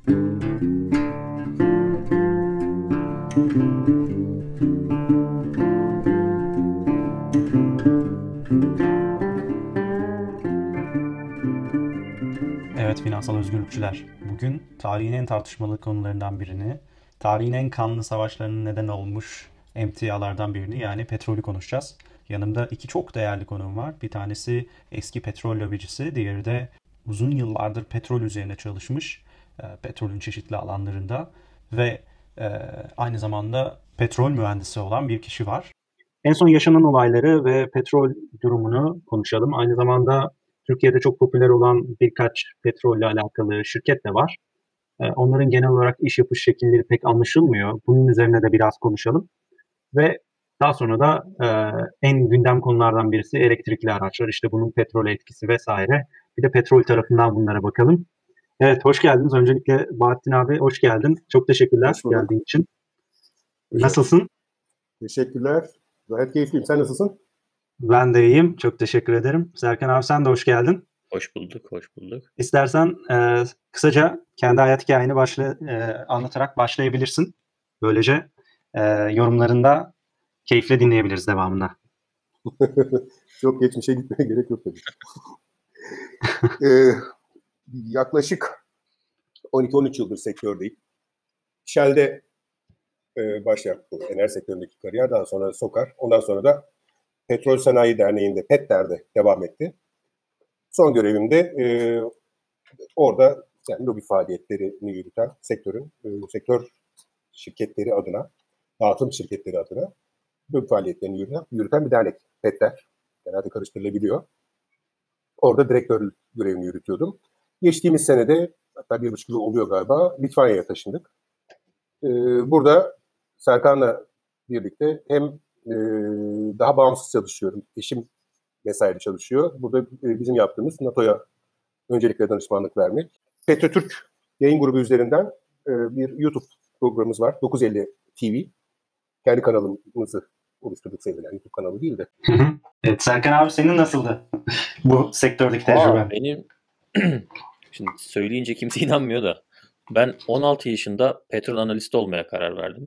Evet finansal özgürlükçüler. Bugün tarihin en tartışmalı konularından birini, tarihin en kanlı savaşlarının neden olmuş emtialardan birini yani petrolü konuşacağız. Yanımda iki çok değerli konuğum var. Bir tanesi eski petrol lobicisi, diğeri de uzun yıllardır petrol üzerine çalışmış, petrolün çeşitli alanlarında ve e, aynı zamanda petrol mühendisi olan bir kişi var. En son yaşanan olayları ve petrol durumunu konuşalım. Aynı zamanda Türkiye'de çok popüler olan birkaç petrolle alakalı şirket de var. Onların genel olarak iş yapış şekilleri pek anlaşılmıyor. Bunun üzerine de biraz konuşalım. Ve daha sonra da en gündem konulardan birisi elektrikli araçlar. İşte bunun petrol etkisi vesaire. Bir de petrol tarafından bunlara bakalım. Evet, hoş geldiniz. Öncelikle Bahattin abi hoş geldin. Çok teşekkürler Hoş bulduk. geldiğin için. Teşekkür- Nasılsın? Teşekkürler. Gayet keyifliyim. Sen nasılsın? Ben de iyiyim. Çok teşekkür ederim. Serkan abi sen de hoş geldin. Hoş bulduk, hoş bulduk. İstersen kısaca kendi hayat hikayeni anlatarak başlayabilirsin. Böylece yorumlarında keyifle dinleyebiliriz devamında. Çok geçmişe gitmeye gerek yok tabii. Ee, Yaklaşık 12-13 yıldır sektördeyim. Shell'de başlattım enerji sektöründeki kariyer. Daha sonra Sokar. Ondan sonra da Petrol Sanayi Derneği'nde, PETDER'de devam etti. Son görevimde orada yani lobi faaliyetlerini yürüten sektör şirketleri adına, dağıtım şirketleri adına lobi faaliyetlerini yürüten bir dernek. PETDER. Genelde karıştırılabiliyor. Orada direktör görevini yürütüyordum. Geçtiğimiz senede, hatta 1,5 yıl oluyor galiba, Litvanya'ya taşındık. Burada Serkan'la birlikte hem daha bağımsız çalışıyorum. Eşim vesaire çalışıyor. Burada bizim yaptığımız NATO'ya öncelikle danışmanlık vermek. Petrotürk yayın grubu üzerinden bir YouTube programımız var. 950 TV. Kendi kanalımızı oluşturduk sayılır. Yani YouTube kanalı değil de. Evet, Serkan abi senin nasıldı bu sektördeki tecrüben? Benim şimdi söyleyince kimse inanmıyor da ben 16 yaşında petrol analisti olmaya karar verdim.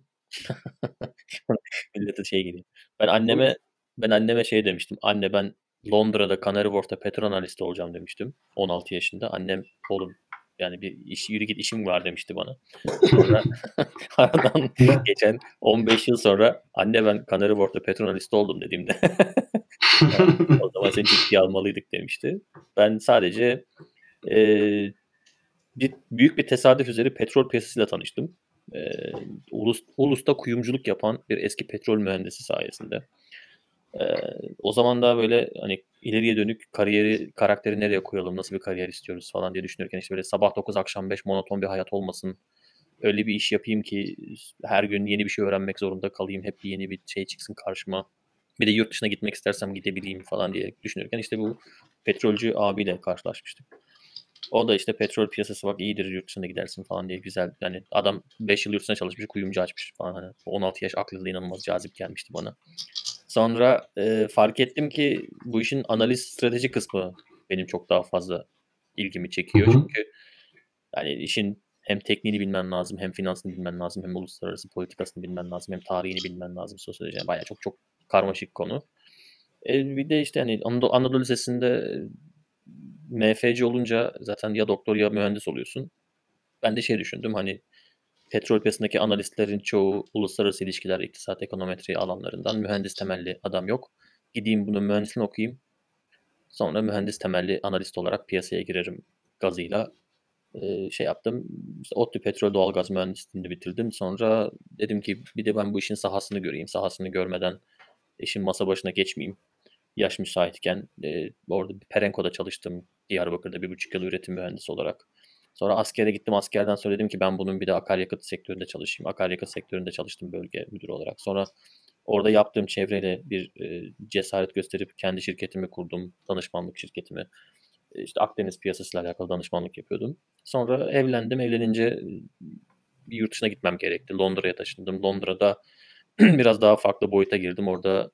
Millete şey geliyor. Ben anneme şey demiştim. Anne ben Londra'da Canary Wharf'ta petrol analisti olacağım demiştim. 16 yaşında. Annem oğlum yani yürü git işim var demişti bana. Sonra aradan geçen 15 yıl sonra anne ben Canary Wharf'ta petrol analisti oldum dediğimde o zaman seni ciddiye almalıydık demişti. Ben sadece büyük bir tesadüf üzere petrol piyasasıyla tanıştım. Ulus'ta kuyumculuk yapan bir eski petrol mühendisi sayesinde. O zaman da böyle hani ileriye dönük karakteri nereye koyalım, nasıl bir kariyer istiyoruz falan diye düşünürken işte böyle sabah 9 akşam 5 monoton bir hayat olmasın. Öyle bir iş yapayım ki her gün yeni bir şey öğrenmek zorunda kalayım. Hep yeni bir şey çıksın karşıma. Bir de yurt dışına gitmek istersem gidebileyim falan diye düşünürken işte bu petrolcü abiyle karşılaşmıştık. O da işte petrol piyasası bak iyidir yurt dışına gidersin falan diye güzel. Yani adam 5 yıl yurt dışına çalışmış, kuyumcu açmış falan. Hani 16 yaş aklıyla inanılmaz cazip gelmişti bana. Sonra fark ettim ki bu işin analiz strateji kısmı benim çok daha fazla ilgimi çekiyor. Çünkü yani işin hem tekniğini bilmen lazım, hem finansını bilmen lazım, hem uluslararası politikasını bilmen lazım, hem tarihini bilmen lazım, sosyoloji. Yani bayağı çok çok karmaşık konu. Bir de işte hani Anadolu Lisesi'nde MFC olunca zaten ya doktor ya mühendis oluyorsun. Ben de şey düşündüm hani petrol piyasasındaki analistlerin çoğu uluslararası ilişkiler, iktisat, ekonometri alanlarından mühendis temelli adam yok. Gideyim bunun mühendisliğini okuyayım. Sonra mühendis temelli analist olarak piyasaya girerim gazıyla şey yaptım. İşte ODTÜ Petrol Doğalgaz Mühendisliğini bitirdim. Sonra dedim ki bir de ben bu işin sahasını göreyim. Sahasını görmeden işin masa başına geçmeyeyim. Yaş müsaitken orada bir Perenco'da çalıştım. Diyarbakır'da 1,5 yıl üretim mühendisi olarak. Sonra askere gittim. Askerden sonra dedim ki ben bunun bir de akaryakıt sektöründe çalışayım. Akaryakıt sektöründe çalıştım bölge müdürü olarak. Sonra orada yaptığım çevreyle bir cesaret gösterip kendi şirketimi kurdum. Danışmanlık şirketimi. İşte Akdeniz piyasasıyla alakalı danışmanlık yapıyordum. Sonra evlendim. Evlenince bir yurt dışına gitmem gerekti. Londra'ya taşındım. Londra'da biraz daha farklı boyuta girdim. Orada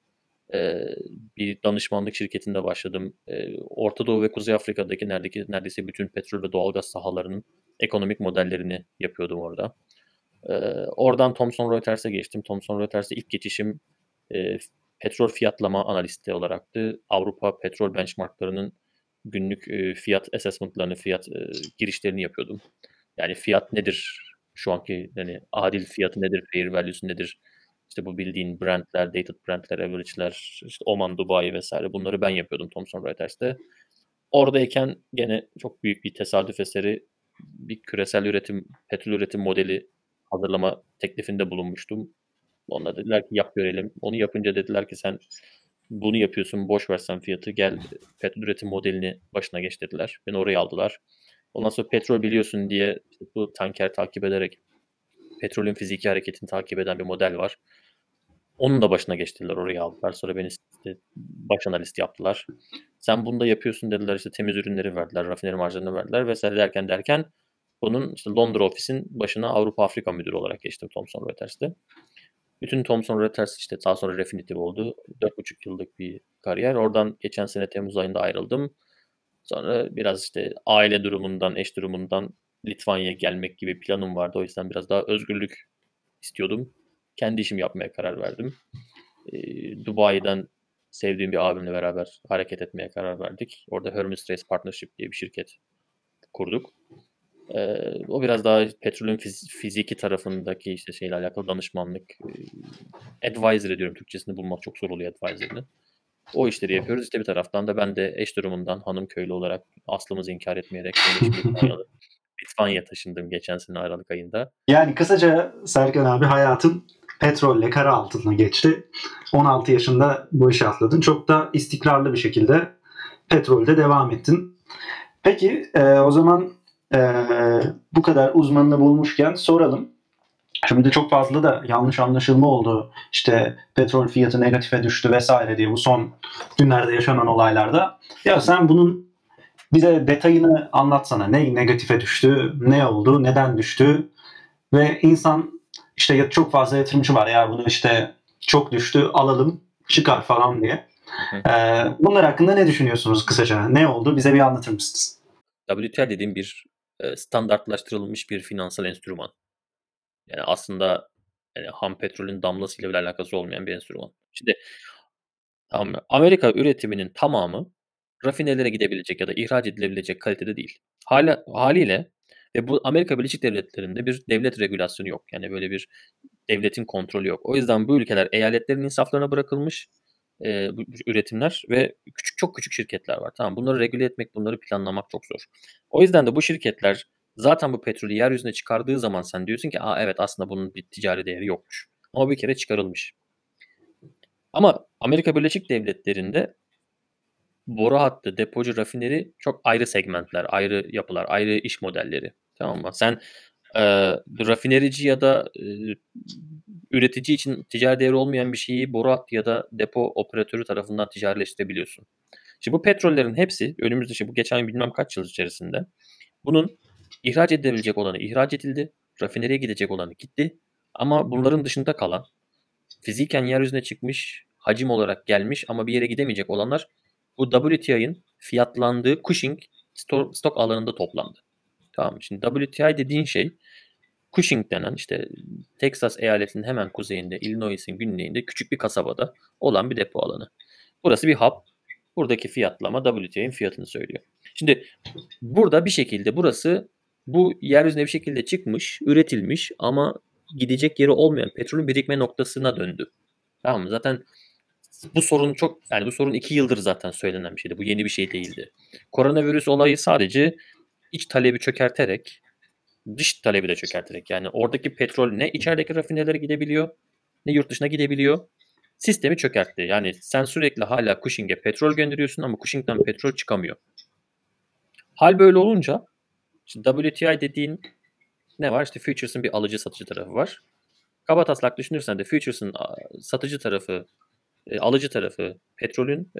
bir danışmanlık şirketinde başladım. Orta Doğu ve Kuzey Afrika'daki neredeyse bütün petrol ve doğalgaz sahalarının ekonomik modellerini yapıyordum orada. Oradan Thomson Reuters'e geçtim. Thomson Reuters'e ilk geçişim petrol fiyatlama analisti olaraktı. Avrupa petrol benchmarklarının günlük fiyat assessment'larını, fiyat girişlerini yapıyordum. Yani fiyat nedir? Şu anki hani adil fiyatı nedir? Fair value'su nedir? İşte bu bildiğin Brent'ler, dated Brent'ler, average'ler, işte Oman, Dubai vesaire bunları ben yapıyordum Thomson Reuters'te. Oradayken gene çok büyük bir tesadüf eseri bir küresel üretim, petrol üretim modeli hazırlama teklifinde bulunmuştum. Onlar dediler ki yap görelim. Onu yapınca dediler ki sen bunu yapıyorsun, boş versen fiyatı, gel petrol üretim modelini başına geç dediler. Beni oraya aldılar. Ondan sonra petrol biliyorsun diye işte bu tanker takip ederek petrolün fiziki hareketini takip eden bir model var. Onun da başına geçtiler, oraya aldılar. Sonra beni işte baş analist yaptılar. Sen bunu da yapıyorsun dediler, işte temiz ürünleri verdiler, rafineri marjlarını verdiler vesaire derken bunun işte Londra ofisin başına Avrupa Afrika müdürü olarak geçtim Thomson Reuters'te. Bütün Thomson Reuters işte daha sonra Refinitiv oldu. 4,5 yıllık bir kariyer. Oradan geçen sene Temmuz ayında ayrıldım. Sonra biraz işte aile durumundan, eş durumundan Litvanya'ya gelmek gibi planım vardı. O yüzden biraz daha özgürlük istiyordum. Kendi işimi yapmaya karar verdim. Dubai'den sevdiğim bir abimle beraber hareket etmeye karar verdik. Orada Hermes Trace Partnership diye bir şirket kurduk. O biraz daha petrolün fiziki tarafındaki işte şeyle alakalı danışmanlık, advisory diyorum, Türkçesini bulmak çok zor oluyor advisory'ni. O işleri yapıyoruz. İşte bir taraftan da ben de eş durumundan hanım köylü olarak aslımızı inkar etmeyerek Litvanya'ya taşındım geçen sene Aralık ayında. Yani kısaca Serkan abi hayatın petrolle kara altına geçti. 16 yaşında bu işe atladın. Çok da istikrarlı bir şekilde petrolde devam ettin. Peki o zaman bu kadar uzmanını bulmuşken soralım. Şimdi çok fazla da yanlış anlaşılma oldu. İşte petrol fiyatı negatife düştü vesaire diye bu son günlerde yaşanan olaylarda. Ya sen bunun bize detayını anlatsana. Ne negatife düştü, ne oldu, neden düştü ve insan işte çok fazla yatırımcı var ya bunu işte çok düştü alalım çıkar falan diye. Bunlar hakkında ne düşünüyorsunuz kısaca? Ne oldu? Bize bir anlatır mısınız? WTI dediğim bir standartlaştırılmış bir finansal enstrüman. Yani aslında ham petrolün damlasıyla bile alakası olmayan bir enstrüman. Şimdi Amerika üretiminin tamamı rafinerlere gidebilecek ya da ihraç edilebilecek kalitede değil. Haliyle ve bu Amerika Birleşik Devletleri'nde bir devlet regülasyonu yok. Yani böyle bir devletin kontrolü yok. O yüzden bu ülkeler eyaletlerin insaflarına bırakılmış bu üretimler ve çok küçük şirketler var. Tamam, bunları regüle etmek, bunları planlamak çok zor. O yüzden de bu şirketler zaten bu petrolü yeryüzüne çıkardığı zaman sen diyorsun ki evet aslında bunun bir ticari değeri yokmuş. Ama bir kere çıkarılmış. Ama Amerika Birleşik Devletleri'nde boru hattı, depocu, rafineri çok ayrı segmentler, ayrı yapılar, ayrı iş modelleri. Tamam mı? Sen rafinerici ya da üretici için ticari değeri olmayan bir şeyi boru hattı ya da depo operatörü tarafından ticarileştirebiliyorsun. Şimdi bu petrollerin hepsi önümüzde bu geçen bilmem kaç yıl içerisinde bunun ihraç edilebilecek olanı ihraç edildi, rafineriye gidecek olanı gitti. Ama bunların dışında kalan fiziken yeryüzüne çıkmış, hacim olarak gelmiş ama bir yere gidemeyecek olanlar bu WTI'nin fiyatlandığı Cushing stok alanında toplandı. Tamam, şimdi WTI dediğin şey Cushing denen işte Texas eyaletinin hemen kuzeyinde, Illinois'in güneyinde küçük bir kasabada olan bir depo alanı. Burası bir hub. Buradaki fiyatlama WTI'nin fiyatını söylüyor. Şimdi burada bir şekilde burası bu yeryüzüne bir şekilde çıkmış, üretilmiş ama gidecek yeri olmayan petrolün birikme noktasına döndü. Tamam mı? Zaten bu sorun bu sorun 2 yıldır zaten söylenen bir şeydi. Bu yeni bir şey değildi. Koronavirüs olayı sadece iç talebi çökerterek, dış talebi de çökerterek, yani oradaki petrol ne içerideki rafinerlere gidebiliyor ne yurt dışına gidebiliyor. Sistemi çökertti. Yani sen sürekli hala Cushing'e petrol gönderiyorsun ama Cushing'den petrol çıkamıyor. Hal böyle olunca işte WTI dediğin ne var? İşte Futures'ın bir alıcı satıcı tarafı var. Kabataslak düşünürsen de Futures'ın satıcı tarafı, alıcı tarafı petrolün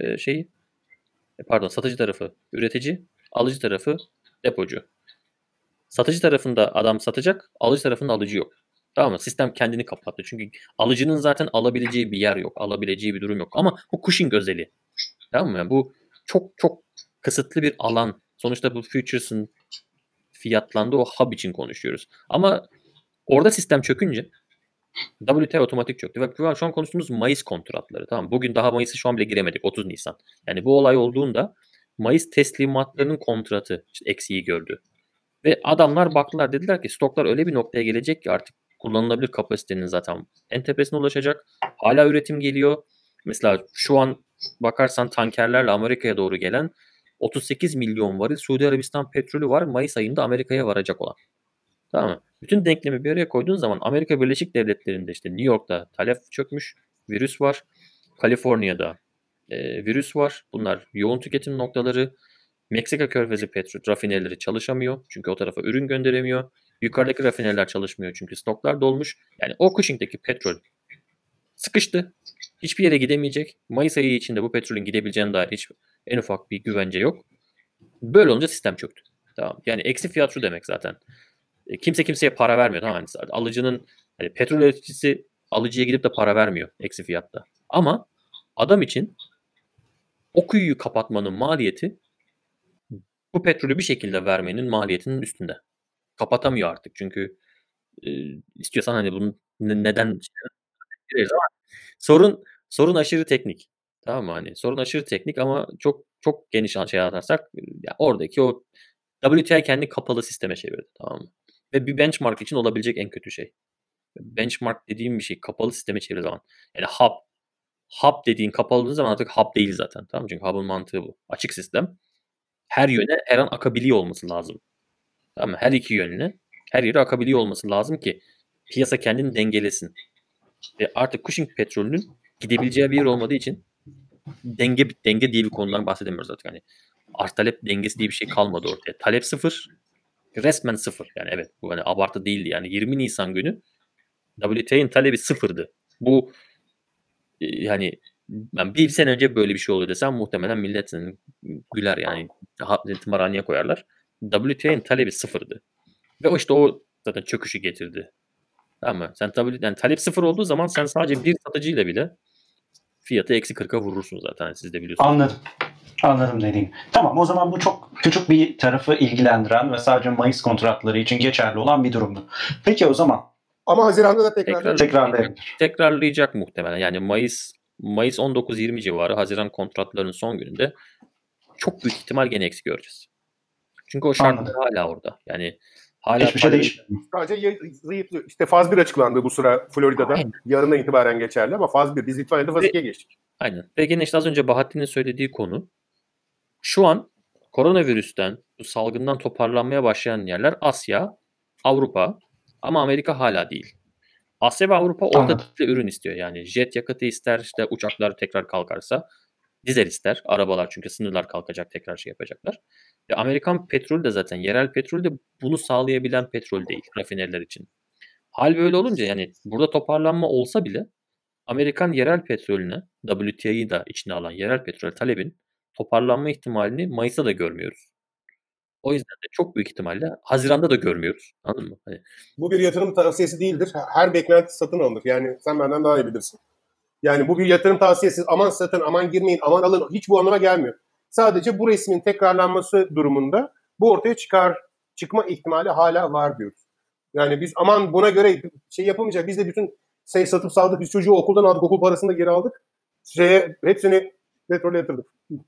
satıcı tarafı üretici, alıcı tarafı depocu. Satıcı tarafında adam satacak, alıcı tarafında alıcı yok. Tamam mı? Sistem kendini kapattı. Çünkü alıcının zaten alabileceği bir yer yok, alabileceği bir durum yok. Ama bu Cushing özeli. Tamam mı? Bu çok kısıtlı bir alan. Sonuçta bu Futures'ın fiyatlandığı o hub için konuşuyoruz. Ama orada sistem çökünce WTI otomatik çöktü. Ve şu an konuştuğumuz Mayıs kontratları. Tamam, bugün daha Mayıs'a şu an bile giremedik. 30 Nisan. Yani bu olay olduğunda Mayıs teslimatlarının kontratı işte eksiği gördü. Ve adamlar baktılar, dediler ki stoklar öyle bir noktaya gelecek ki artık kullanılabilir kapasitenin zaten en tepesine ulaşacak. Hala üretim geliyor. Mesela şu an bakarsan tankerlerle Amerika'ya doğru gelen 38 milyon varil Suudi Arabistan petrolü var. Mayıs ayında Amerika'ya varacak olan. Tamam mı? Bütün denklemi bir araya koyduğun zaman Amerika Birleşik Devletleri'nde işte New York'ta talep çökmüş, virüs var. Kaliforniya'da virüs var. Bunlar yoğun tüketim noktaları. Meksika Körfezi petrol rafinerileri çalışamıyor. Çünkü o tarafa ürün gönderemiyor. Yukarıdaki rafineriler çalışmıyor çünkü stoklar dolmuş. Yani o Cushing'deki petrol sıkıştı. Hiçbir yere gidemeyecek. Mayıs ayı içinde bu petrolün gidebileceğine dair hiç en ufak bir güvence yok. Böyle olunca sistem çöktü. Tamam. Yani eksi fiyat şu demek zaten. Kimse kimseye para vermiyor. Tamam. Yani alıcının hani petrol üreticisi alıcıya gidip de para vermiyor eksi fiyatta. Ama adam için o kuyuyu kapatmanın maliyeti bu petrolü bir şekilde vermenin maliyetinin üstünde. Kapatamıyor artık çünkü istiyorsan hani bunu neden gireriz ama sorun aşırı teknik. Tamam mı? Hani sorun aşırı teknik ama çok çok geniş şey atarsak ya oradaki o WTI kendi kapalı sisteme çevirdi. Tamam mı? Ve bir benchmark için olabilecek en kötü şey. Benchmark dediğim bir şey kapalı sisteme çevirdiği zaman. Yani hub dediğin kapalı zaman artık hub değil zaten. Tamam mı? Çünkü hub'ın mantığı bu. Açık sistem. Her yöne her an akabiliyor olması lazım. Tamam mı? Her iki yönüne her yere akabiliyor olması lazım ki piyasa kendini dengelesin. Ve artık Cushing petrolünün gidebileceği bir yer olmadığı için denge diye bir konudan bahsedemiyoruz artık. Hani arz talep dengesi diye bir şey kalmadı ortaya. Talep sıfır, resmen sıfır. Yani evet bu hani abartı değildi. Yani 20 Nisan günü WTI'nin talebi sıfırdı. Bu yani ben bir sene önce böyle bir şey oluyor desem muhtemelen millet güler yani tımarhaneye koyarlar. WTI'nin talebi sıfırdı. Ve o işte o zaten çöküşü getirdi. Tamam mı? Sen yani talep sıfır olduğu zaman sen sadece bir satıcıyla bile fiyatı eksi 40'a vurursun zaten. Siz de biliyorsunuz. Anladım dediğim. Tamam, o zaman bu çok küçük bir tarafı ilgilendiren ve sadece Mayıs kontratları için geçerli olan bir durumdu. Peki o zaman. Ama Haziran'da da tekrarlayacak muhtemelen. Yani Mayıs 19-20 civarı Haziran kontratlarının son gününde çok büyük ihtimal gene eksi göreceğiz. Çünkü o şartlar hala orada. Yani hala hiçbir şey değişmiyor. Sadece zayıflıyor. İşte faz 1 açıklandı bu sıra Florida'da. Aynen. Yarından itibaren geçerli ama faz 1. Biz itibariyle faz 2'ye geçtik. Aynen. Ve gene işte az önce Bahattin'in söylediği konu. Şu an koronavirüsten, bu salgından toparlanmaya başlayan yerler Asya, Avrupa ama Amerika hala değil. Asya ve Avrupa orta tipli ürün istiyor. Yani jet yakıtı ister, işte uçaklar tekrar kalkarsa dizel ister. Arabalar çünkü sınırlar kalkacak, tekrar şey yapacaklar. Ve Amerikan petrolü de zaten yerel petrol de bunu sağlayabilen petrol değil rafineriler için. Hal böyle olunca yani burada toparlanma olsa bile Amerikan yerel petrolüne WTI'yi da içine alan yerel petrol talebin toparlanma ihtimalini Mayıs'ta da görmüyoruz. O yüzden de çok büyük ihtimalle Haziran'da da görmüyoruz. Anladın mı? Hani... Bu bir yatırım tavsiyesi değildir. Her beklenti satın alınır. Yani sen benden daha iyi bilirsin. Yani bu bir yatırım tavsiyesi. Aman satın, aman girmeyin, aman alın. Hiç bu anlama gelmiyor. Sadece bu resmin tekrarlanması durumunda bu ortaya çıkma ihtimali hala var diyoruz. Yani biz aman buna göre şey yapamayacak. Biz de bütün satıp saldık. Biz çocuğu okuldan aldık. Okul parasını da geri aldık. Hepsini petrole yatırdık.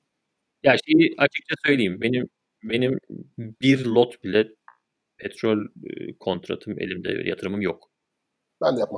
Ya şeyi açıkça söyleyeyim. Benim bir lot bile petrol kontratım elimde, yatırımım yok. Ben de yapmam.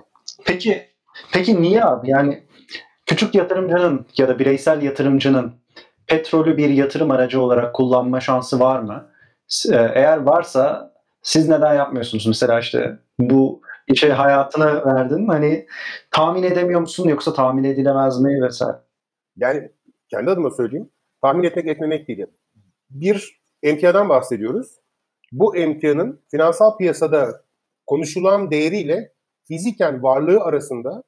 Peki niye abi? Yani küçük yatırımcının ya da bireysel yatırımcının petrolü bir yatırım aracı olarak kullanma şansı var mı? Eğer varsa siz neden yapmıyorsunuz? Mesela işte bu işe hayatını verdin. Hani tahmin edemiyor musun yoksa tahmin edilemez mi vesaire? Yani kendi adıma söyleyeyim. Tahmin etmemek değil. Bir emtiadan bahsediyoruz. Bu emtianın finansal piyasada konuşulan değeriyle fiziken varlığı arasında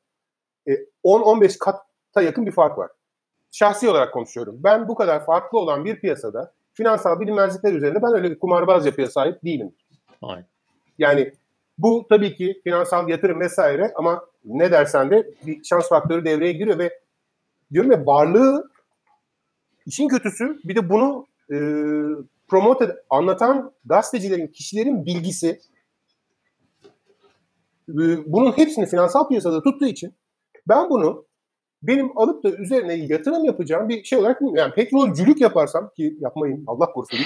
10-15 kata yakın bir fark var. Şahsi olarak konuşuyorum. Ben bu kadar farklı olan bir piyasada finansal bilinmezlikler üzerinde ben öyle bir kumarbaz yapıya sahip değilim. Aynen. Yani bu tabii ki finansal yatırım vesaire ama ne dersen de bir şans faktörü devreye giriyor ve diyorum ya varlığı işin kötüsü bir de bunu anlatan gazetecilerin, kişilerin bilgisi bunun hepsini finansal piyasada tuttuğu için ben bunu benim alıp da üzerine yatırım yapacağım bir şey olarak, yani petrolcülük yaparsam, ki yapmayın Allah korusun,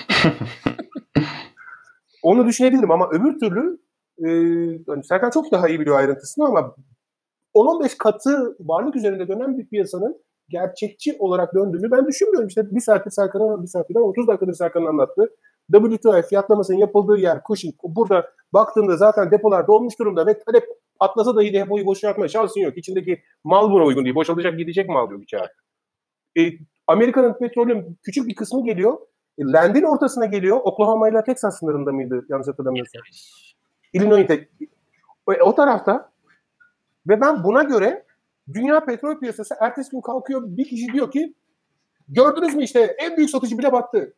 onu düşünebilirim ama öbür türlü hani Serkan çok daha iyi biliyor ayrıntısını ama 10-15 katı varlık üzerinde dönen bir piyasanın gerçekçi olarak döndüğünü ben düşünmüyorum. İşte bir saattir Serkan'a, bir saattir 30 dakikadır Serkan'ın anlattı. WTI fiyatlamasının yapıldığı yer Cushing. Burada baktığında zaten depolar dolmuş durumda ve talep atlasa dahi depoyu boşaltma şansın yok. İçindeki mal buna uygun değil. Boşalacak, gidecek mal yok içeri. Amerika'nın petrolün küçük bir kısmı geliyor. Land'in ortasına geliyor. Oklahoma ile Texas sınırında mıydı? Yanlış hatırlamıyorsam. Illinois'te. O tarafta. Ve ben buna göre dünya petrol piyasası ertesi gün kalkıyor, bir kişi diyor ki gördünüz mü işte en büyük satıcı bile battı.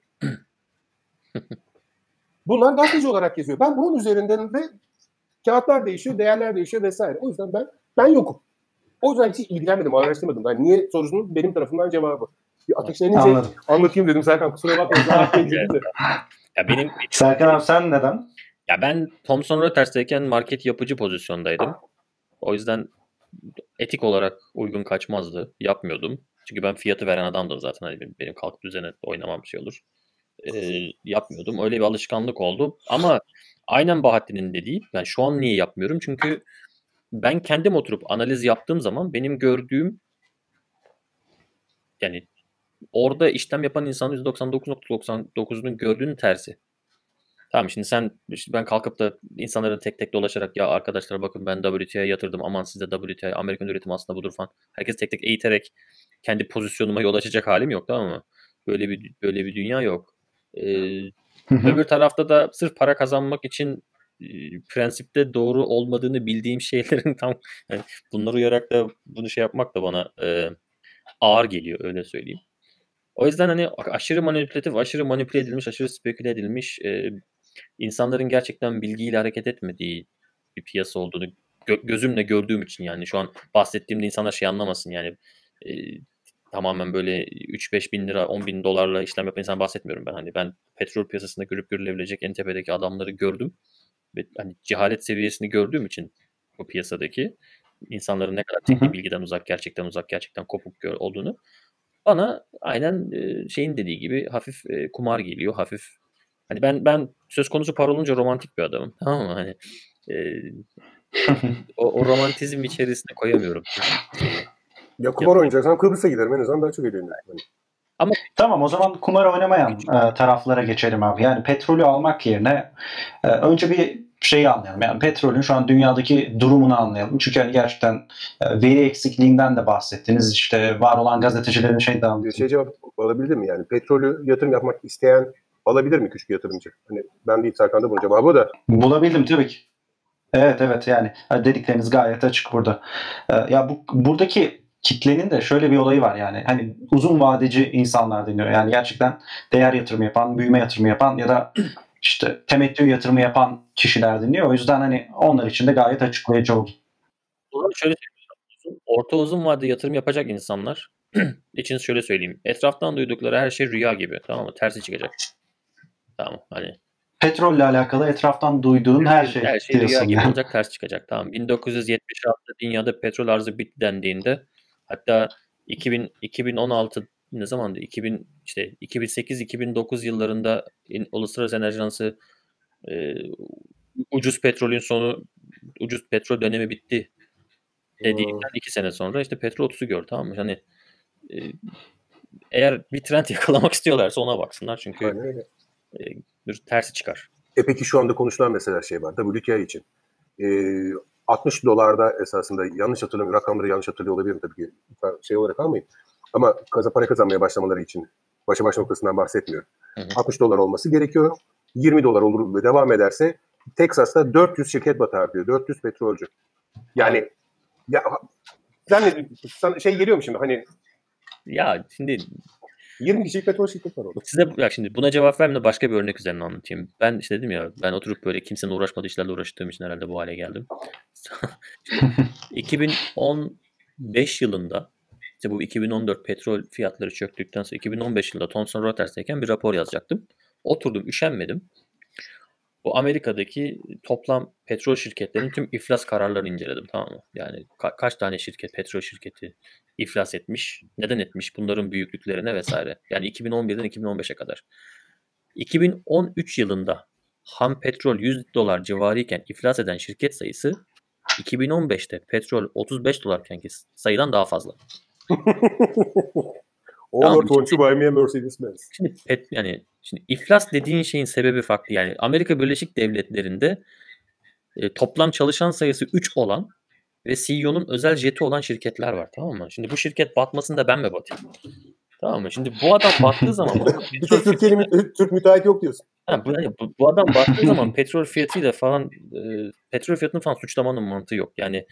Bunlar gazeteci olarak yazıyor. Ben bunun üzerinden de kağıtlar değişiyor, değerler değişiyor vesaire. O yüzden ben yokum. O yüzden hiç ilgilenmedim, araştırmadım. Yani niye sorusunun benim tarafından cevabı. Bir ateşlenince anlatayım dedim Serkan, kusura bakmayın. Ya benim Serkan abi sen neden? Ya ben Thomson Reuters'teyken market yapıcı pozisyondaydım. O yüzden etik olarak uygun kaçmazdı. Yapmıyordum. Çünkü ben fiyatı veren adamdım zaten. Hani benim kalkıp düzene oynamam bir şey olur. Yapmıyordum. Öyle bir alışkanlık oldu. Ama aynen Bahattin'in dediği, yani şu an niye yapmıyorum? Çünkü ben kendim oturup analiz yaptığım zaman benim gördüğüm, yani orada işlem yapan insanın %99.99'unun gördüğünün tersi. Tamam, şimdi ben kalkıp da insanların tek tek dolaşarak ya arkadaşlar bakın ben WTI'ye yatırdım, aman size WTI Amerikan üretimi aslında budur falan. Herkes tek tek eğiterek kendi pozisyonuma yol açacak halim yok, tamam mı? Böyle bir dünya yok. Öbür tarafta da sırf para kazanmak için prensipte doğru olmadığını bildiğim şeylerin tam yani bunları uyarak da bunu şey yapmak da bana ağır geliyor, öyle söyleyeyim. O yüzden hani aşırı manipülatif, aşırı manipüle edilmiş, aşırı speküle edilmiş, insanların gerçekten bilgiyle hareket etmediği bir piyasa olduğunu gözümle gördüğüm için, yani şu an bahsettiğimde insanlar şey anlamasın, yani tamamen böyle 3-5 bin lira, 10 bin dolarla işlem yapan insan bahsetmiyorum ben. Hani ben petrol piyasasında görüp görülebilecek en tepedeki adamları gördüm ve hani cehalet seviyesini gördüğüm için bu piyasadaki insanların ne kadar teknik bilgiden uzak, gerçekten uzak, gerçekten kopuk olduğunu bana aynen şeyin dediği gibi hafif kumar geliyor, hafif. Hani ben söz konusu para olunca romantik bir adamım. Tamam mı? Hani o romantizm içerisine koyamıyorum. Ya kumar oynayacaksan Kıbrıs'a giderim. En azından daha çok eğlenirim. Ama tamam, o zaman kumar oynamayan taraflara geçelim abi. Yani petrolü almak yerine önce bir şeyi anlayalım. Yani petrolün şu an dünyadaki durumunu anlayalım. Çünkü hani gerçekten veri eksikliğinden de bahsettiniz. İşte var olan gazetecilerin de anlatıyor. Cevap alabilir mi? Yani petrolü yatırım yapmak isteyen alabilir mi küçük yatırımcı? Hani ben değil, Serkan'da bunun cevabı da. Bulabildim tabii ki. Evet yani dedikleriniz gayet açık burada. Ya buradaki kitlenin de şöyle bir olayı var, yani hani uzun vadeci insanlar deniyor. Yani gerçekten değer yatırımı yapan, büyüme yatırımı yapan ya da işte temettü yatırımı yapan kişiler dinliyor. O yüzden hani onlar için de gayet açıklayıcı oldu. Şöyle söyleyeyim. Orta uzun vadede yatırım yapacak insanlar için şöyle söyleyeyim. Etraftan duydukları her şey rüya gibi. Tamam mı? Tersi çıkacak. Tamam, hani petrolle alakalı etraftan duyduğun her şey rüya gibi olacak, ters çıkacak. Tamam. 1976'da dünyada petrol arzı bitti dendiğinde, hatta 2016 ne zamandı? 2008-2009 yıllarında Uluslararası Enerji Ajansı ucuz petrol dönemi bitti dediğinden 2 sene sonra işte petrol 30'u gör, tamam mı? Hani eğer bir trend yakalamak istiyorlarsa ona baksınlar, çünkü bir tersi çıkar. Peki şu anda konuşulan mesela şey var WTI için. 60 dolarda esasında, yanlış hatırlamıyorum, rakamları yanlış hatırlıyor olabilirim tabii ki, şey olarak almayın. Ama para kazanmaya başlamaları için başa baş noktasından bahsetmiyorum. 60 dolar olması gerekiyor. 20 dolar olur ve devam ederse Texas'ta 400 şirket batar diyor. 400 petrolcü. Yani ya sana şey geliyor mu şimdi, hani ya şimdi 20 kişilik petrol şirketi var orada. Size şimdi buna cevap vermeden başka bir örnek üzerinden anlatayım. Ben işte dedim ya, ben oturup böyle kimsenin uğraşmadığı işlerle uğraştığım için herhalde bu hale geldim. 2015 yılında işte bu 2014 petrol fiyatları çöktükten sonra 2015 yılında Thomson Reuters'teyken bir rapor yazacaktım. Oturdum, üşenmedim. Bu Amerika'daki toplam petrol şirketlerinin tüm iflas kararlarını inceledim, tamam mı? Yani kaç tane petrol şirketi iflas etmiş, neden etmiş, bunların büyüklüklerine vesaire. Yani 2011'den 2015'e kadar. 2013 yılında ham petrol $100 civarıyken iflas eden şirket sayısı 2015'te petrol $35 sayıdan daha fazla. All or don't you buy me a Mercedes-Benz? Şimdi iflas dediğin şeyin sebebi farklı. Yani Amerika Birleşik Devletleri'nde toplam çalışan sayısı 3 olan ve CEO'nun özel jeti olan şirketler var, tamam mı? Şimdi bu şirket batmasın ben mi batayım? Tamam mı? Şimdi bu adam battığı zaman bir tek Türkiye'nin Türk müteahhit yok diyorsun. Bu adam battığı zaman petrol fiyatıyla falan petrol fiyatını falan suçlamanın mantığı yok. Yani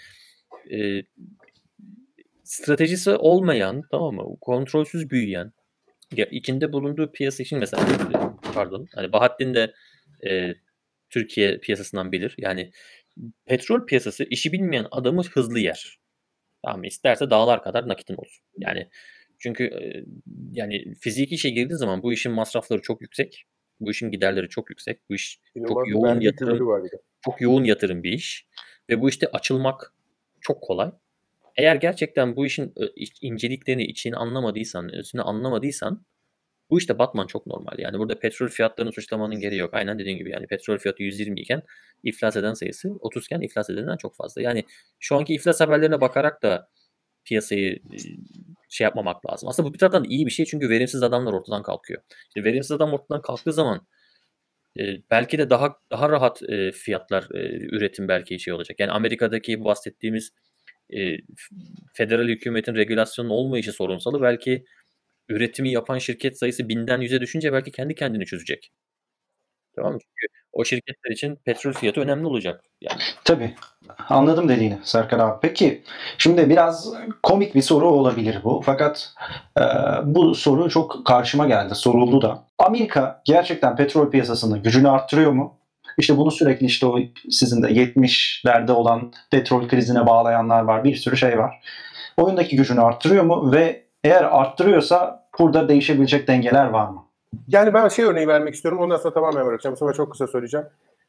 stratejisi olmayan, tamam mı? Kontrolsüz büyüyen, içinde bulunduğu piyasa için mesela hani Bahattin de Türkiye piyasasından bilir. Yani petrol piyasası işi bilmeyen adamı hızlı yer. Tamam mı? İsterse dağlar kadar nakitin olsun. Yani çünkü yani fiziki işe girdiği zaman bu işin masrafları çok yüksek. Bu işin giderleri çok yüksek. Bu iş çok yoğun yatırım, çok yoğun yatırım bir iş. Ve bu işte açılmak çok kolay. Eğer gerçekten bu işin inceliklerini, içini anlamadıysan, üstünü anlamadıysan bu işte batman çok normal. Yani burada petrol fiyatlarını suçlamanın gereği yok. Aynen dediğin gibi, yani petrol fiyatı 120 iken iflas eden sayısı 30 iken iflas edenden çok fazla. Yani şu anki iflas haberlerine bakarak da piyasayı şey yapmamak lazım. Aslında bu bir taraftan iyi bir şey, çünkü verimsiz adamlar ortadan kalkıyor. İşte verimsiz adam ortadan kalktığı zaman belki de daha rahat fiyatlar, üretim belki şey olacak. Yani Amerika'daki bahsettiğimiz federal hükümetin regülasyonun olmayışı sorunsalı, belki üretimi yapan şirket sayısı 1000'den 100'e düşünce belki kendi kendini çözecek. Tamam mı? Çünkü o şirketler için petrol fiyatı önemli olacak. Yani. Tabii. Anladım dediğini Serkan abi. Peki şimdi biraz komik bir soru olabilir bu. Fakat bu soru çok karşıma geldi. Soruldu da. Amerika gerçekten petrol piyasasında gücünü arttırıyor mu? İşte bunu sürekli işte o sizin de 70'lerde olan petrol krizine bağlayanlar var. Bir sürü şey var. Oyundaki gücünü arttırıyor mu? Ve eğer arttırıyorsa burada değişebilecek dengeler var mı? Yani ben örneği vermek istiyorum. Ondan sonra tamamen bırakacağım. Sonra çok kısa söyleyeceğim.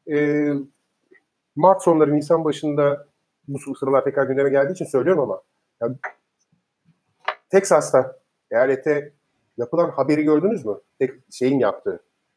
Mart sonları, Nisan başında bu sıralar tekrar gündeme geldiği için söylüyorum ama yani Teksas'ta eyalete yapılan haberi gördünüz mü? Şeyin yaptığı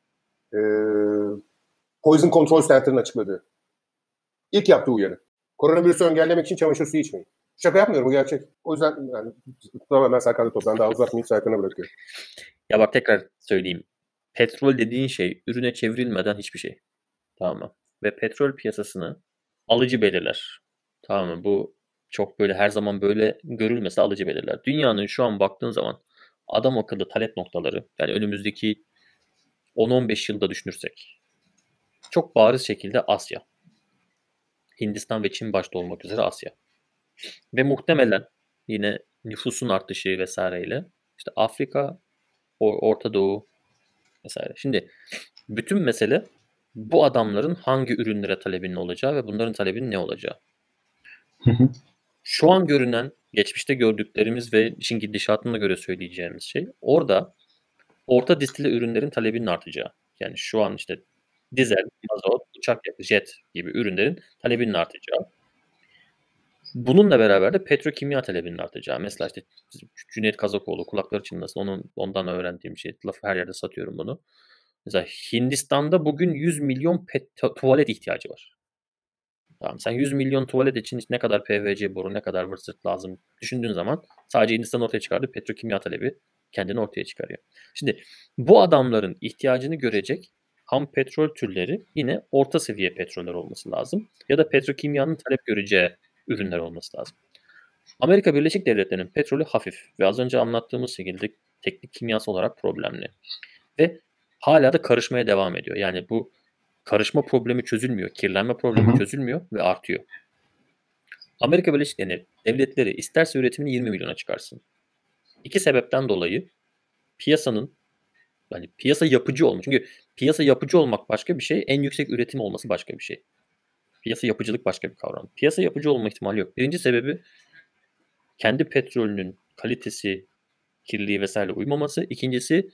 Poison Control Center'ın açıkladığı. İlk yaptığı uyarı. Koronavirüsü engellemek için çamaşır suyu içmeyin. Şaka yapmıyorum, bu gerçek. O yüzden yani tamamen Serkan'da toplam daha uzatmayayım, Serkan'a bırakıyorum. Ya bak, tekrar söyleyeyim. Petrol dediğin şey ürüne çevrilmeden hiçbir şey. Tamam mı? Ve petrol piyasasını alıcı belirler. Tamam mı? Bu çok böyle her zaman böyle görülmese alıcı belirler. Dünyanın şu an baktığın zaman adam akıllı talep noktaları, yani önümüzdeki 10-15 yılda düşünürsek, çok bariz şekilde Asya. Hindistan ve Çin başta olmak üzere Asya. Ve muhtemelen yine nüfusun artışı vesaireyle işte Afrika, Orta Doğu vesaire. Şimdi bütün mesele bu adamların hangi ürünlere talebinin olacağı ve bunların talebinin ne olacağı. Şu an görünen, geçmişte gördüklerimiz ve işin gidişatına göre söyleyeceğimiz şey, orada orta distile ürünlerin talebinin artacağı. Yani şu an işte dizel, mazot, uçak yakıtı, jet gibi ürünlerin talebinin artacağı. Bununla beraber de petrokimya talebinin artacağı. Mesela işte Cüneyt Kazakoğlu, kulakları çınlasın, ondan öğrendiğim şey. Lafı her yerde satıyorum bunu. Mesela Hindistan'da bugün 100 milyon tuvalet ihtiyacı var. Tamam, sen 100 milyon tuvalet için ne kadar PVC boru, ne kadar vırsırt lazım düşündüğün zaman sadece Hindistan ortaya çıkardığı petrokimya talebi kendini ortaya çıkarıyor. Şimdi bu adamların ihtiyacını görecek ham petrol türleri yine orta seviye petroller olması lazım. Ya da petrokimyanın talep göreceği ürünler olması lazım. Amerika Birleşik Devletleri'nin petrolü hafif ve az önce anlattığımız şekilde teknik kimyasal olarak problemli. Ve hala da karışmaya devam ediyor. Yani bu karışma problemi çözülmüyor, kirlenme problemi çözülmüyor ve artıyor. Amerika Birleşik Devletleri isterse üretimini 20 milyona çıkarsın. İki sebepten dolayı piyasanın, yani piyasa yapıcı olmak. Çünkü piyasa yapıcı olmak başka bir şey, en yüksek üretim olması başka bir şey. Piyasa yapıcılık başka bir kavram. Piyasa yapıcı olma ihtimali yok. Birinci sebebi kendi petrolünün kalitesi, kirliliği vesaire uymaması. İkincisi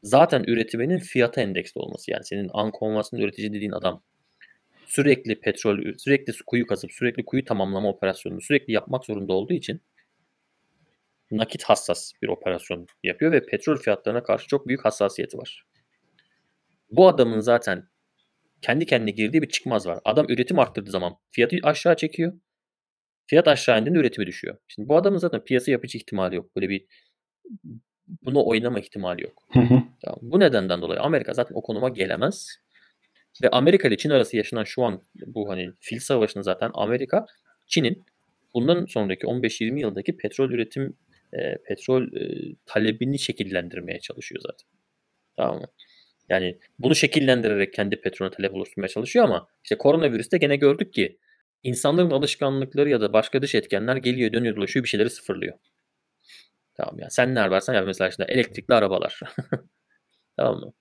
zaten üretiminin fiyata endeksli olması. Yani senin unconventional üretici dediğin adam sürekli petrol, sürekli kuyu kazıp, sürekli kuyu tamamlama operasyonunu sürekli yapmak zorunda olduğu için nakit hassas bir operasyon yapıyor ve petrol fiyatlarına karşı çok büyük hassasiyeti var. Bu adamın zaten kendi kendine girdiği bir çıkmaz var. Adam üretim arttırdığı zaman fiyatı aşağı çekiyor. Fiyat aşağı indiğinde üretimi düşüyor. Şimdi bu adamın zaten piyasa yapıcı ihtimali yok. Böyle bir bunu oynama ihtimali yok. Tamam. Bu nedenden dolayı Amerika zaten o konuma gelemez. Ve Amerika ile Çin arası yaşanan şu an bu hani fil savaşını zaten Amerika, Çin'in bundan sonraki 15-20 yıldaki petrol üretim talebini şekillendirmeye çalışıyor zaten. Tamam mı? Yani bunu şekillendirerek kendi petrol talep oluşturmaya çalışıyor ama işte koronavirüste gene gördük ki insanların alışkanlıkları ya da başka dış etkenler geliyor, dönüyor, dolaşıyor, bir şeyleri sıfırlıyor. Tamam ya. Sen ne varsan ya, mesela işte elektrikli arabalar. Tamam mı?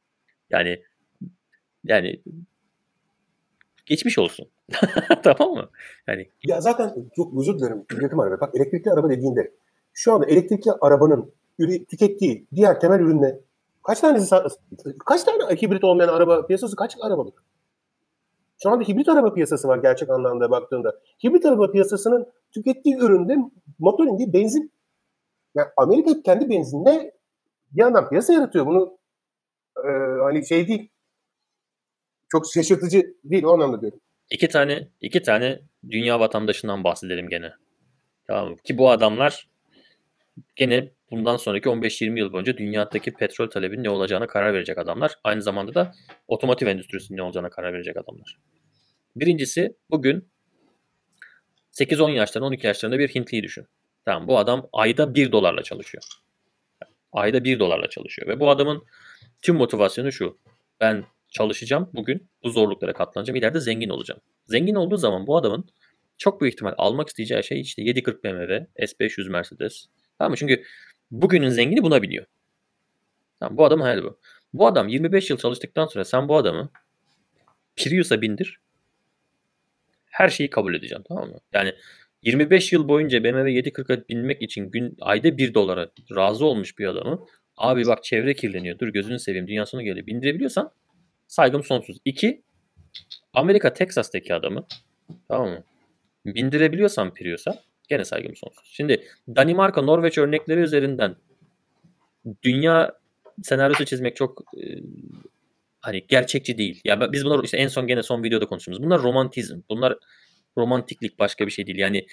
Yani geçmiş olsun. Tamam mı? Yani Ya zaten çok özür dilerim. Üretim araba. Bak elektrikli araba dediğinde şu anda elektrikli arabanın tükettiği diğer temel ürünle kaç tane hibrit olmayan araba piyasası kaç arabalık? Şu anda hibrit araba piyasası var gerçek anlamda baktığında. Hibrit araba piyasasının tükettiği üründe motor indiği benzin. Yani Amerika kendi benzinle bir yandan piyasa yaratıyor. Bunu hani şey değil. Çok şaşırtıcı değil o anlamda diyorum. iki tane dünya vatandaşından bahsedelim gene. Tamam mı? Ki bu adamlar gene bundan sonraki 15-20 yıl boyunca dünyadaki petrol talebinin ne olacağına karar verecek adamlar. Aynı zamanda da otomotiv endüstrisinin ne olacağına karar verecek adamlar. Birincisi bugün 8-10 yaşlarında 12 yaşlarında bir Hintliyi düşün. Tamam, bu adam ayda $1 çalışıyor. Ayda $1 çalışıyor ve bu adamın tüm motivasyonu şu: ben çalışacağım bugün, bu zorluklara katlanacağım, ileride zengin olacağım. Zengin olduğu zaman bu adamın çok büyük ihtimal almak isteyeceği şey işte 740 BMW, S500 Mercedes. Tamam mı? Çünkü bugünün zengini buna biniyor. Tamam, bu adamın hayali bu. Bu adam 25 yıl çalıştıktan sonra sen bu adamı Prius'a bindir, her şeyi kabul edeceğim, tamam mı? Yani 25 yıl boyunca BMW 740'a binmek için ayda $1 razı olmuş bir adamı, abi bak çevre kirleniyor, dur gözünü seveyim, dünya sonu geliyor, bindirebiliyorsan saygım sonsuz. 2, Amerika Texas'taki adamı, tamam mı, bindirebiliyorsan Prius'a, gene saygım sonsuz. Şimdi Danimarka, Norveç örnekleri üzerinden dünya senaryosu çizmek çok hani gerçekçi değil. Ya biz bunlar işte en son gene son videoda konuştuğumuz. Bunlar romantizm. Bunlar romantiklik, başka bir şey değil. Yani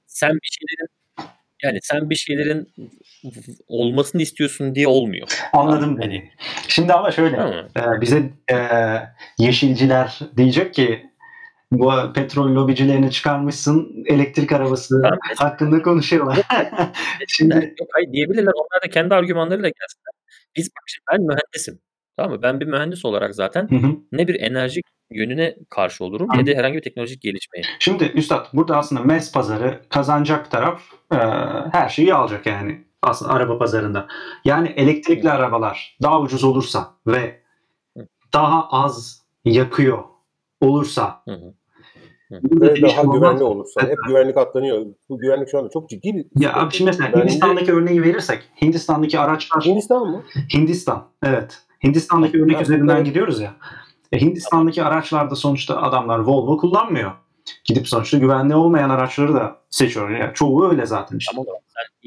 sen bir şeylerin olmasını istiyorsun diye olmuyor. Anladım Yani, beni. Şimdi ama şöyle bize yeşilciler diyecek ki bu petrol lobicilerini çıkarmışsın, elektrik arabası hakkında konuşuyorlar. Şimdi yok, hayır diyebilirler. Onlar da kendi argümanlarıyla gelsinler. Ben mühendisim. Tamam mı? Ben bir mühendis olarak zaten ne bir enerji yönüne karşı olurum ne de herhangi bir teknolojik gelişmeye. Şimdi Üstad, burada aslında MES pazarı kazanacak taraf her şeyi alacak yani aslında araba pazarında. Yani elektrikli arabalar daha ucuz olursa ve daha az yakıyor olursa ve daha güvenli olursa, hep güvenlik atlanıyor. Bu güvenlik şu anda çok ciddi bir... Ya abi şimdi mesela Hindistan'daki örneği verirsek, Hindistan'daki araçlar... Hindistan mı? Hindistan, evet. Hindistan'daki örnek üzerinden gidiyoruz ya. Hindistan'daki araçlarda sonuçta adamlar Volvo kullanmıyor. Gidip sonuçta güvenli olmayan araçları da seçiyor. Yani çoğu öyle zaten işte. Ama sen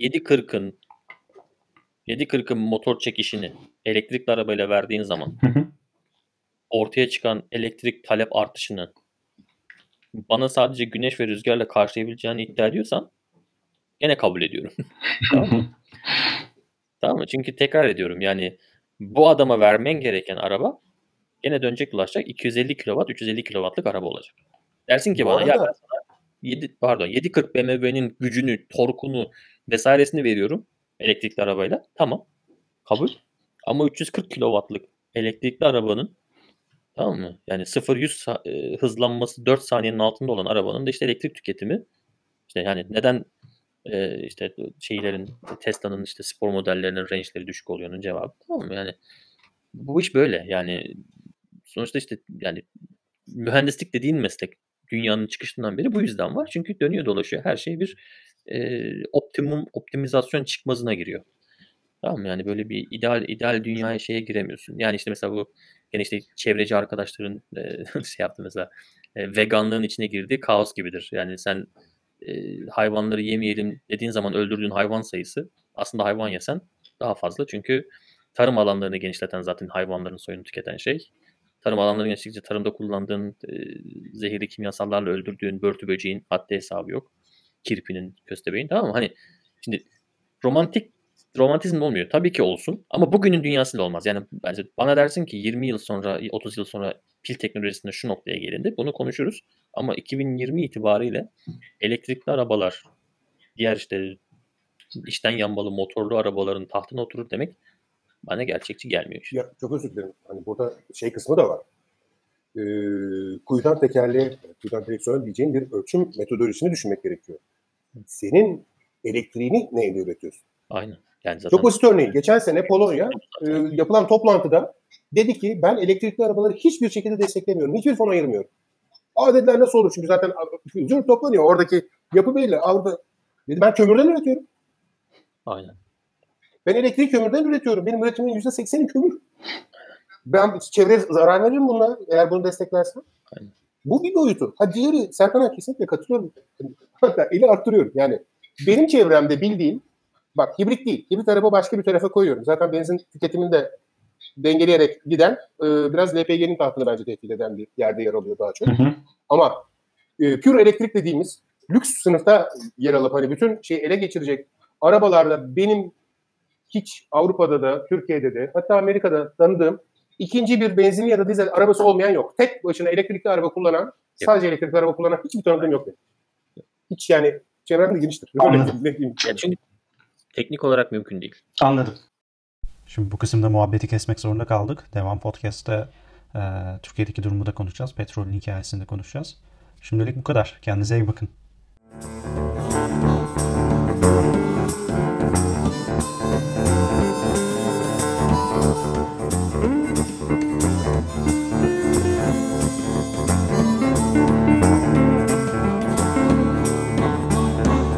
740'ın motor çekişini elektrikli arabayla verdiğin zaman ortaya çıkan elektrik talep artışını bana sadece güneş ve rüzgarla karşılayabileceğini iddia ediyorsan gene kabul ediyorum. Tamam mı? Tamam mı? Çünkü tekrar ediyorum, yani bu adama vermen gereken araba gene dönecek dolaşacak 250 kW, 350 kW'lık araba olacak. Dersin ki bana ya ben sana 740 BMW'nin gücünü, torkunu vesairesini veriyorum elektrikli arabayla. Tamam. Kabul. Ama 340 kW'lık elektrikli arabanın, tamam mı? Yani 0-100 hızlanması 4 saniyenin altında olan arabanın da işte elektrik tüketimi, işte yani neden işte Tesla'nın işte spor modellerinin range'leri düşük oluyor'nun cevabı, tamam mı? Yani bu iş böyle. Yani sonuçta işte yani mühendislik dediğin meslek dünyanın çıkışından beri bu yüzden var. Çünkü dönüyor dolaşıyor. Her şey bir optimizasyon çıkmazına giriyor. Tamam mı? Yani böyle bir ideal dünyaya şeye giremiyorsun. Yani işte mesela bu gene işte çevreci arkadaşların şey yaptı mesela veganlığın içine girdiği kaos gibidir. Yani sen hayvanları yemeyelim dediğin zaman öldürdüğün hayvan sayısı aslında hayvan yesen daha fazla. Çünkü tarım alanlarını genişleten zaten hayvanların soyunu tüketen şey. Tarım alanları genişledikçe tarımda kullandığın zehirli kimyasallarla öldürdüğün börtü böceğin haddi hesabı yok. Kirpinin, köstebeğin, tamam mı? Hani şimdi romantizm olmuyor. Tabii ki olsun ama bugünün dünyasında olmaz. Yani bana dersin ki 20 yıl sonra, 30 yıl sonra pil teknolojisinde şu noktaya gelindi. Bunu konuşuruz. Ama 2020 itibariyle elektrikli arabalar, diğer işte içten yanmalı motorlu arabaların tahtına oturur demek bana gerçekçi gelmiyor işte. Ya, çok özür dilerim. Hani burada şey kısmı da var. Kuyudan tekerleğe, kuyudan direksiyona diyeceğin bir ölçüm metodolojisini düşünmek gerekiyor. Senin elektriğini neyle üretiyorsun? Aynen. Yani zaten Çok basit örneğin. Geçen sene Polonya yapılan toplantıda dedi ki ben elektrikli arabaları hiçbir şekilde desteklemiyorum. Hiçbir fon ayırmıyorum. Dediler nasıl olur? Çünkü zaten toplanıyor. Oradaki yapı belli. Avrupa dedi ben kömürden üretiyorum. aynen. Ben elektriği kömürden üretiyorum. Benim üretimin %80'i kömür. Ben çevreye zarar veririm bununla eğer bunu desteklersen. Aynen. Bu bir boyutu. Diğeri Serkan'a kesinlikle katılıyorum. Hatta eli arttırıyorum. Yani benim çevremde bildiğim bak hibrit değil. Hibrit araba başka bir tarafa koyuyorum. Zaten benzin tüketimini de dengeleyerek giden biraz LPG'nin tahtını bence tehdit eden bir yerde yer alıyor daha çok. Ama pure elektrik dediğimiz lüks sınıfta yer alıp hani bütün şeyi ele geçirecek arabalarda benim hiç Avrupa'da da Türkiye'de de hatta Amerika'da tanıdığım ikinci bir benzinli ya da dizel arabası olmayan yok. Tek başına elektrikli araba kullanan, sadece elektrikli araba kullanan hiçbir tanıdığım yok. Hiç yani çevremde geniştir. Anladım. Yani çünkü teknik olarak mümkün değil. Anladım. Şimdi bu kısımda muhabbeti kesmek zorunda kaldık. Devam Podcast'te Türkiye'deki durumu da konuşacağız. Petrolün hikayesini de konuşacağız. Şimdilik bu kadar. Kendinize iyi bakın.